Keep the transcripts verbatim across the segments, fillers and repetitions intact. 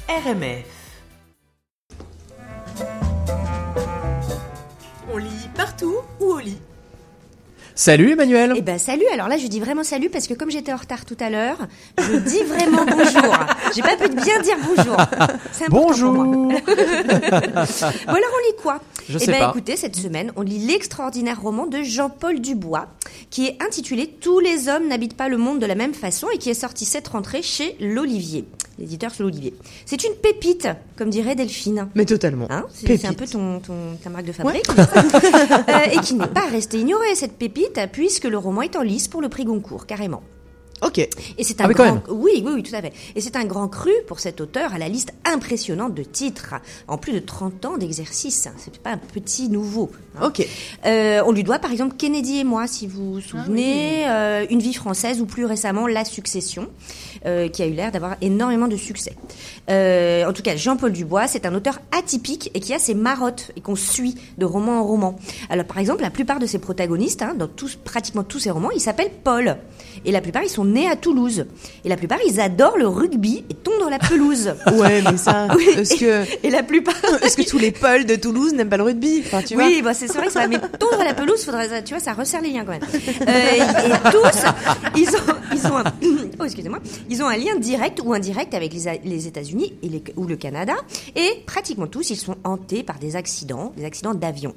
R M F. On lit partout ou au lit? Salut Emmanuel. Eh ben salut, alors là je dis vraiment salut parce que comme j'étais en retard tout à l'heure, je dis vraiment bonjour. J'ai pas pu bien dire bonjour. C'est important Bonjour. pour moi. Bon alors on lit quoi? Je Eh sais ben pas. écoutez, cette semaine on lit l'extraordinaire roman de Jean-Paul Dubois qui est intitulé Tous les hommes n'habitent pas le monde de la même façon et qui est sorti cette rentrée chez l'Olivier. L'éditeur c'est l'Olivier. C'est une pépite, comme dirait Delphine. Mais totalement. Hein, c'est, Pépite. c'est un peu ton, ton, ta marque de fabrique. euh, et qui n'est pas restée ignorée, cette pépite, puisque le roman est en lice pour le prix Goncourt, carrément. Ok. Et c'est un Ah oui, quand grand, même. oui, oui, oui, tout à fait. Et c'est un grand cru pour cet auteur à la liste impressionnante de titres, en plus de trente ans d'exercice. C'est pas un petit nouveau. hein. Ok. Euh, on lui doit par exemple Kennedy et moi, si vous vous souvenez, euh, Une vie française ou plus récemment La Succession, euh, qui a eu l'air d'avoir énormément de succès. Euh, en tout cas, Jean-Paul Dubois, c'est un auteur atypique et qui a ses marottes et qu'on suit de roman en roman. Alors par exemple, la plupart de ses protagonistes, hein, dans tous, pratiquement tous ses romans, ils s'appellent Paul. Et la plupart, ils sont nés à Toulouse. Et la plupart, ils adorent le rugby et tondre la pelouse. Ouais, mais ça, Oui, est-ce que, Et la plupart... est-ce que tous les Pauls de Toulouse n'aiment pas le rugby? Enfin, tu vois. Oui, bah c'est vrai que ça, mais tondre la pelouse, faudrait, tu vois, ça resserre les liens quand même. Euh, et, et tous, ils ont, ils ont un, oh, excusez-moi, ils ont un lien direct ou indirect avec les, les États-Unis et les, ou le Canada, et pratiquement tous, ils sont hantés par des accidents, des accidents d'avion.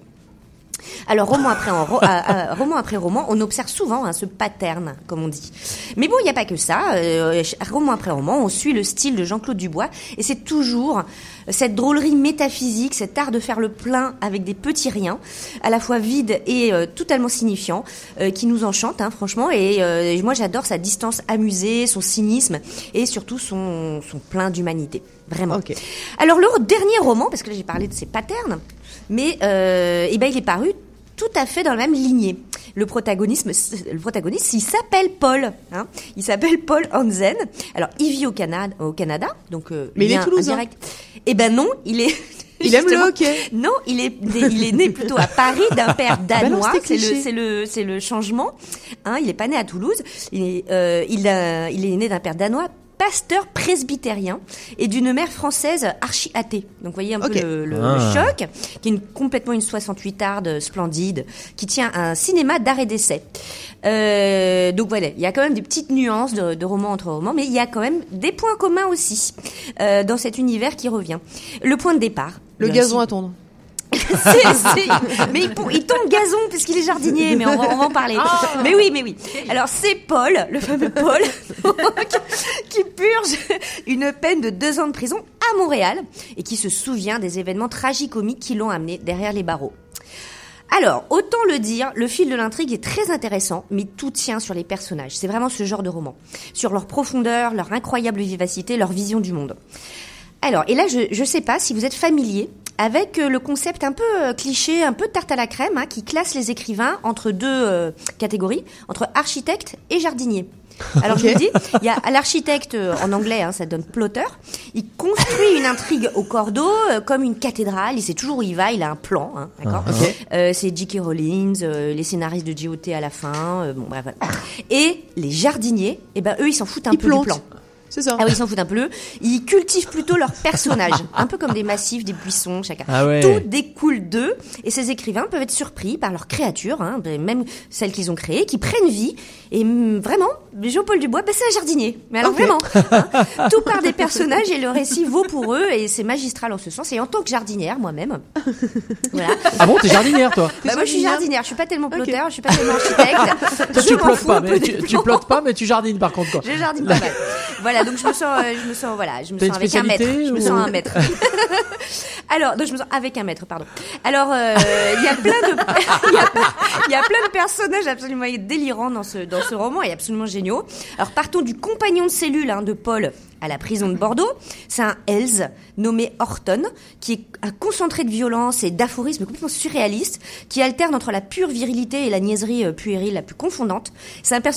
Alors, roman après, en, ro- à- à- roman après roman, on observe souvent hein, ce pattern, comme on dit. Mais bon, il n'y a pas que ça. Euh, roman après roman, on suit le style de Jean-Claude Dubois, et c'est toujours cette drôlerie métaphysique, cet art de faire le plein avec des petits riens, à la fois vides et euh, totalement signifiants, euh, qui nous enchante, hein, franchement. Et euh, moi, j'adore sa distance amusée, son cynisme, et surtout son, son plein d'humanité. Vraiment. Ok. Alors, le dernier roman, parce que là, j'ai parlé de ces patterns, mais euh, eh ben, il est paru tout à fait dans la même lignée. Le protagoniste, le protagoniste, il s'appelle Paul. Hein, il s'appelle Paul Hansen. Alors, il vit au Canada, au Canada, donc euh, Mais il est lien toulousain. indirect. Eh ben non, il est. Il aime le justement- hockey. Non, il est, il est né plutôt à Paris d'un père bah non, danois. c'était c'est le, cliché. c'est le, c'est le changement. Hein, il est pas né à Toulouse. Il est, euh, il a, il est né d'un père danois, pasteur presbytérien, et d'une mère française archi athée. Donc, vous voyez un Ok. peu le, le, Ah. le choc, qui est une, complètement une soixante-huit arde splendide, qui tient un cinéma d'art et d'essai. Euh, donc voilà, il y a quand même des petites nuances de, de roman entre romans, mais il y a quand même des points communs aussi euh, dans cet univers qui revient. Le point de départ. Le du gazon récit- à tondre. c'est, c'est- mais il, pon- il tombe gazon parce qu'il est jardinier, mais on va, on va en parler. Mais oui, mais oui. Alors c'est Paul, le fameux Paul, qui purge une peine de deux ans de prison à Montréal et qui se souvient des événements tragicomiques qui l'ont amené derrière les barreaux. Alors, autant le dire, le fil de l'intrigue est très intéressant, mais tout tient sur les personnages. C'est vraiment ce genre de roman. Sur leur profondeur, leur incroyable vivacité, leur vision du monde. Alors, et là, je ne sais pas si vous êtes familier avec euh, le concept un peu euh, cliché, un peu tarte à la crème, hein, qui classe les écrivains entre deux euh, catégories, entre architecte et jardinier. Alors je vous dis, il y a l'architecte euh, en anglais, hein, ça donne plotter. Il construit une intrigue au cordeau euh, comme une cathédrale. Il sait toujours où il va. Il a un plan, hein, d'accord. Ok. Euh, c'est J K. Rowling, euh, les scénaristes de J O T à la fin. Euh, bon bref. Voilà. Et les jardiniers, eh ben eux ils s'en foutent un Ils peu plantent. du plan. C'est ça. Ah oui, ils s'en foutent un peu. Ils cultivent plutôt leurs personnages, un peu comme des massifs, des buissons, chacun. Ah ouais. Tout découle d'eux, et ces écrivains peuvent être surpris par leurs créatures, hein, même celles qu'ils ont créées, qui prennent vie. Et hum, vraiment, Jean-Paul Dubois, ben, c'est un jardinier. Mais alors Ok. vraiment, hein, tout part des personnages et le récit vaut pour eux, et c'est magistral en ce sens. Et en tant que jardinière, moi-même, voilà. Ah bon, t'es jardinière toi? Bah, moi, je suis jardinière jardinière. Je suis pas tellement plotter, Ok. je suis pas tellement architecte. Toi, Je tu m'en plottes fous pas, un peu mais des tu, tu plans. plottes pas, mais tu jardines par contre quoi. Je jardine pas mal. Voilà, donc je me sens, euh, je me sens, voilà, je me T'as sens une avec un mètre. spécialité Je me ou- sens un mètre. Alors, donc je me sens avec un mètre, pardon. Alors, euh, il y a plein de, il y a, pas- il y a plein de personnages absolument délirants dans ce dans ce roman et absolument géniaux. Alors, partons du compagnon de cellule hein, de Paul à la prison de Bordeaux. C'est un Hells nommé Horton, qui est un concentré de violence et d'aphorismes complètement surréaliste, qui alterne entre la pure virilité et la niaiserie euh, puérile la plus confondante. C'est un personnage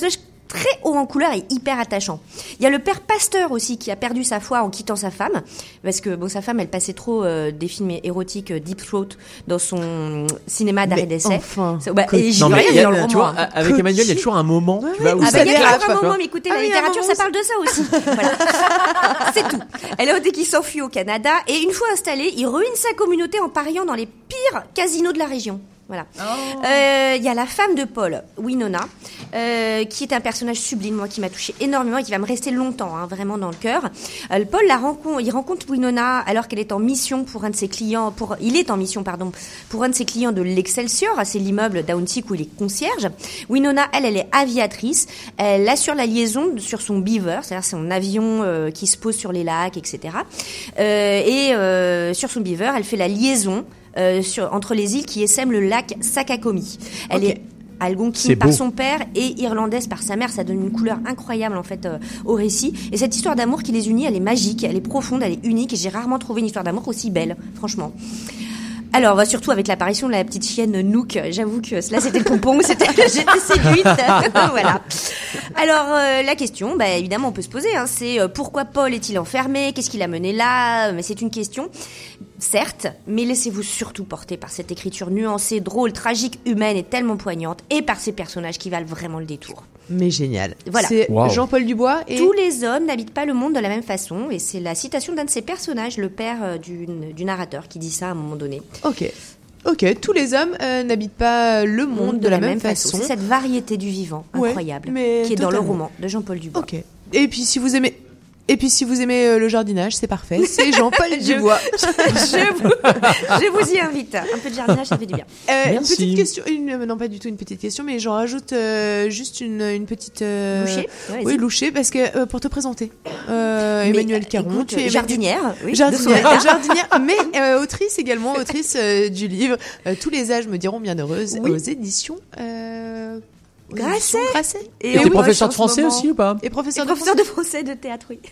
très haut en couleur et hyper attachant. Il y a le père Pasteur aussi qui a perdu sa foi en quittant sa femme, parce que bon, sa femme, elle passait trop euh, des films érotiques euh, Deep Throat dans son cinéma d'arrêt d'essai. Enfin. C'est- bah, et j'y Non, vois mais rien il y a- dans le tu roman. vois, avec Emmanuel, il y a toujours un moment, tu vois, où Ah ça bah, il y a dérape, toujours un tu vois. moment, mais écoutez, Ah la oui, il y a un littérature, ça moment parle de ça aussi. Voilà. C'est tout. Alors, dès qu'il s'enfuit au Canada, et une fois installé, il ruine sa communauté en pariant dans les pires casinos de la région. Voilà. Euh, Il y a la femme de Paul, Winona, euh, qui est un personnage sublime, moi, qui m'a touché énormément et qui va me rester longtemps, hein, vraiment dans le cœur. Euh, Paul la rencontre, il rencontre Winona alors qu'elle est en mission pour un de ses clients, pour, il est en mission, pardon, pour un de ses clients de l'Excelsior, c'est l'immeuble d'Auntic où il est concierge. Winona, elle, elle est aviatrice. Elle assure la liaison sur son Beaver, c'est-à-dire son avion euh, qui se pose sur les lacs, et cetera. Euh, et euh, sur son Beaver, elle fait la liaison Euh, sur, entre les îles qui essaiment le lac Sakakomi. Elle Ok. est algonquine C'est par beau. son père et irlandaise par sa mère. Ça donne une couleur incroyable en fait euh, au récit. Et cette histoire d'amour qui les unit, elle est magique, elle est profonde, elle est unique. Et j'ai rarement trouvé une histoire d'amour aussi belle, franchement. Alors, bah, surtout avec l'apparition de la petite chienne Nook, j'avoue que là c'était le pompon, c'était, j'étais séduite. Voilà. Alors, euh, la question, bah, évidemment, on peut se poser, hein, c'est euh, pourquoi Paul est-il enfermé? Qu'est-ce qui l'a mené là? Mais c'est une question, certes, mais laissez-vous surtout porter par cette écriture nuancée, drôle, tragique, humaine et tellement poignante, et par ces personnages qui valent vraiment le détour. Mais génial. Voilà. C'est Wow. Jean-Paul Dubois et Tous les hommes n'habitent pas le monde de la même façon, et c'est la citation d'un de ces personnages, le père euh, du, du narrateur, qui dit ça à un moment donné. Ok. Ok, tous les hommes euh, n'habitent pas le monde de, la, même, façon. C'est cette variété du vivant Ouais, incroyable mais qui est dans le totalement. roman de Jean-Paul Dubois. Ok. Et puis si vous aimez et puis si vous aimez euh, le jardinage, c'est parfait. C'est Jean-Paul Je- Dubois. je, vous, je vous y invite. Un peu de jardinage, ça fait du bien. Euh, une Merci. petite question, une, euh, non pas du tout une petite question, mais j'en rajoute euh, juste une, une petite euh, Loucher Ouais, Oui, vas-y. loucher, parce que euh, pour te présenter, euh, Mais, Emmanuel euh, Caron, écoute, tu es jardinière, oui, de son jardinière, état. jardinière, mais euh, autrice également, autrice euh, du livre euh, Tous les âges me diront bien heureuse Oui. aux éditions euh, aux Grasset. éditions Grasset. Et oui, t'es professeur de en ce français moment. aussi ou pas? Et professeur, Et de professeur de français de théâtre, oui.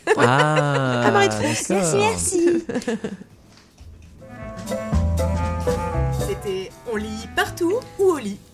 Ah, À Marie de France. d'accord. Merci, merci. C'était On lit partout ou au lit.